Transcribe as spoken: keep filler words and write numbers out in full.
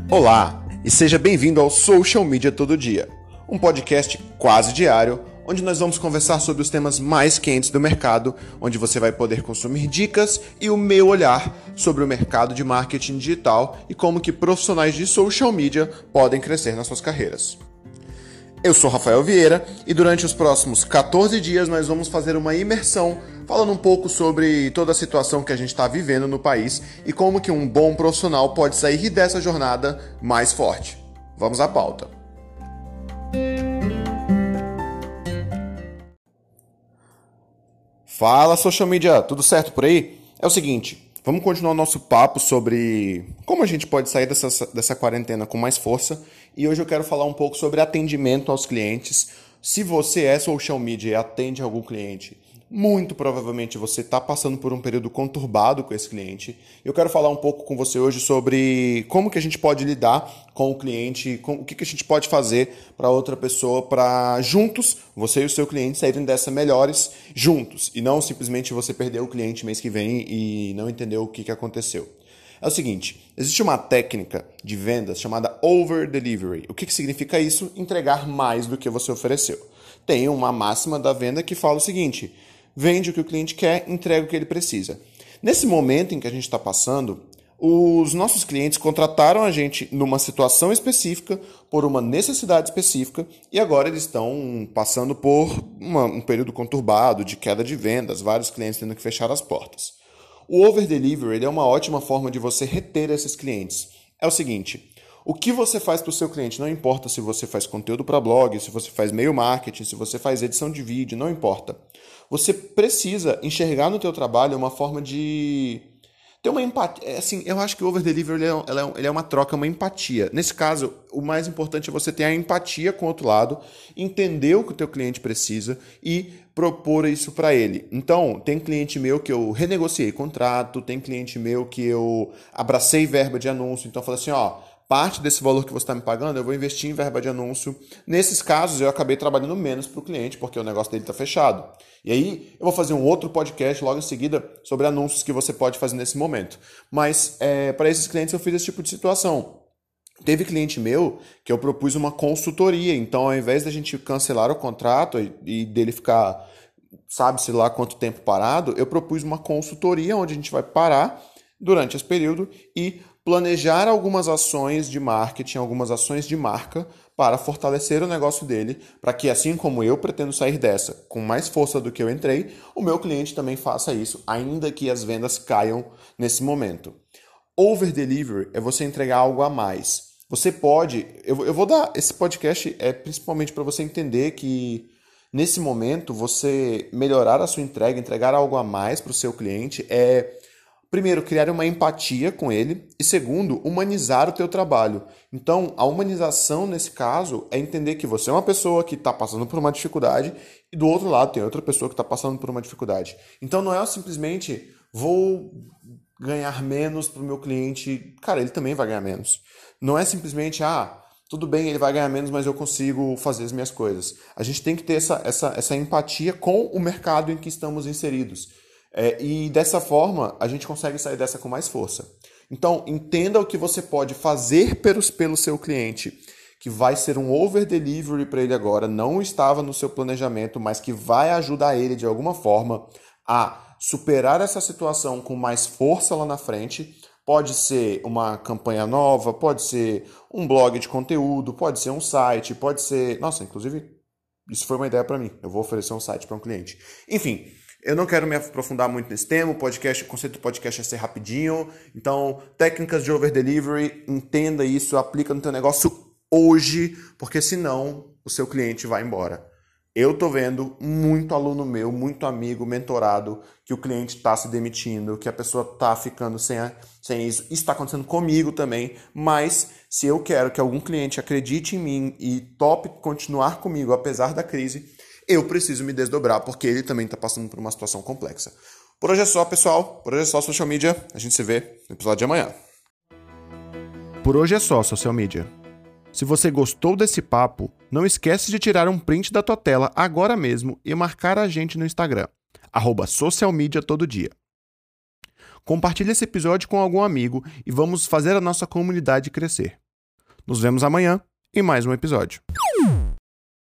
Olá e seja bem-vindo ao Social Media Todo Dia, um podcast quase diário onde nós vamos conversar sobre os temas mais quentes do mercado, onde você vai poder consumir dicas e o meu olhar sobre o mercado de marketing digital e como que profissionais de social media podem crescer nas suas carreiras. Eu sou Rafael Vieira e durante os próximos quatorze dias nós vamos fazer uma imersão falando um pouco sobre toda a situação que a gente está vivendo no país e como que um bom profissional pode sair dessa jornada mais forte. Vamos à pauta. Fala, social media, tudo certo por aí? É o seguinte, vamos continuar o nosso papo sobre como a gente pode sair dessa, dessa quarentena com mais força e hoje eu quero falar um pouco sobre atendimento aos clientes. Se você é social media e atende algum cliente, muito provavelmente você está passando por um período conturbado com esse cliente. Eu quero falar um pouco com você hoje sobre como que a gente pode lidar com o cliente, com, o que, que a gente pode fazer para outra pessoa, para juntos, você e o seu cliente saírem dessa melhores juntos, e não simplesmente você perder o cliente mês que vem e não entender o que, que aconteceu. É o seguinte, existe uma técnica de vendas chamada over delivery. O que, que significa isso? Entregar mais do que você ofereceu. Tem uma máxima da venda que fala o seguinte: vende o que o cliente quer, entrega o que ele precisa. Nesse momento em que a gente está passando, os nossos clientes contrataram a gente numa situação específica, por uma necessidade específica, e agora eles estão passando por uma, um período conturbado de queda de vendas, vários clientes tendo que fechar as portas. O over-delivery é uma ótima forma de você reter esses clientes. É o seguinte: o que você faz para o seu cliente, não importa se você faz conteúdo para blog, se você faz e-mail marketing, se você faz edição de vídeo, não importa. Você precisa enxergar no teu trabalho uma forma de ter uma empatia. Assim, eu acho que o over-delivery ele é, ele é uma troca, uma empatia. Nesse caso, o mais importante é você ter a empatia com o outro lado, entender o que o teu cliente precisa e propor isso para ele. Então, tem cliente meu que eu renegociei contrato, tem cliente meu que eu abracei verba de anúncio, então eu falei assim, ó, parte desse valor que você está me pagando, eu vou investir em verba de anúncio. Nesses casos, eu acabei trabalhando menos para o cliente, porque o negócio dele está fechado. E aí, eu vou fazer um outro podcast logo em seguida sobre anúncios que você pode fazer nesse momento. Mas, é, para esses clientes, eu fiz esse tipo de situação. Teve cliente meu que eu propus uma consultoria. Então, ao invés da gente cancelar o contrato e, e dele ficar, sabe-se lá quanto tempo parado, eu propus uma consultoria onde a gente vai parar durante esse período e planejar algumas ações de marketing, algumas ações de marca para fortalecer o negócio dele, para que assim como eu pretendo sair dessa com mais força do que eu entrei, o meu cliente também faça isso, ainda que as vendas caiam nesse momento. Over delivery é você entregar algo a mais. Você pode, eu, eu vou dar, esse podcast é principalmente para você entender que nesse momento você melhorar a sua entrega, entregar algo a mais para o seu cliente é, primeiro, criar uma empatia com ele e, segundo, humanizar o teu trabalho. Então, a humanização, nesse caso, é entender que você é uma pessoa que está passando por uma dificuldade e, do outro lado, tem outra pessoa que está passando por uma dificuldade. Então, não é simplesmente, vou ganhar menos para o meu cliente. Cara, ele também vai ganhar menos. Não é simplesmente, ah, tudo bem, ele vai ganhar menos, mas eu consigo fazer as minhas coisas. A gente tem que ter essa, essa, essa empatia com o mercado em que estamos inseridos. É, e dessa forma, a gente consegue sair dessa com mais força. Então, entenda o que você pode fazer pelo, pelo seu cliente, que vai ser um over-delivery para ele agora, não estava no seu planejamento, mas que vai ajudar ele de alguma forma a superar essa situação com mais força lá na frente. Pode ser uma campanha nova, pode ser um blog de conteúdo, pode ser um site, pode ser... Nossa, inclusive, isso foi uma ideia para mim. Eu vou oferecer um site para um cliente. Enfim... Eu não quero me aprofundar muito nesse tema, o, podcast, o conceito do podcast é ser rapidinho. Então, técnicas de over-delivery, entenda isso, aplica no teu negócio hoje, porque senão o seu cliente vai embora. Eu tô vendo muito aluno meu, muito amigo, mentorado, que o cliente está se demitindo, que a pessoa está ficando sem, a, sem isso. Isso está acontecendo comigo também, mas se eu quero que algum cliente acredite em mim e tope continuar comigo, apesar da crise, eu preciso me desdobrar, porque ele também está passando por uma situação complexa. Por hoje é só, pessoal. Por hoje é só, social media. A gente se vê no episódio de amanhã. Por hoje é só, social media. Se você gostou desse papo, não esquece de tirar um print da tua tela agora mesmo e marcar a gente no Instagram, arroba social media todo dia. Compartilhe esse episódio com algum amigo e vamos fazer a nossa comunidade crescer. Nos vemos amanhã em mais um episódio.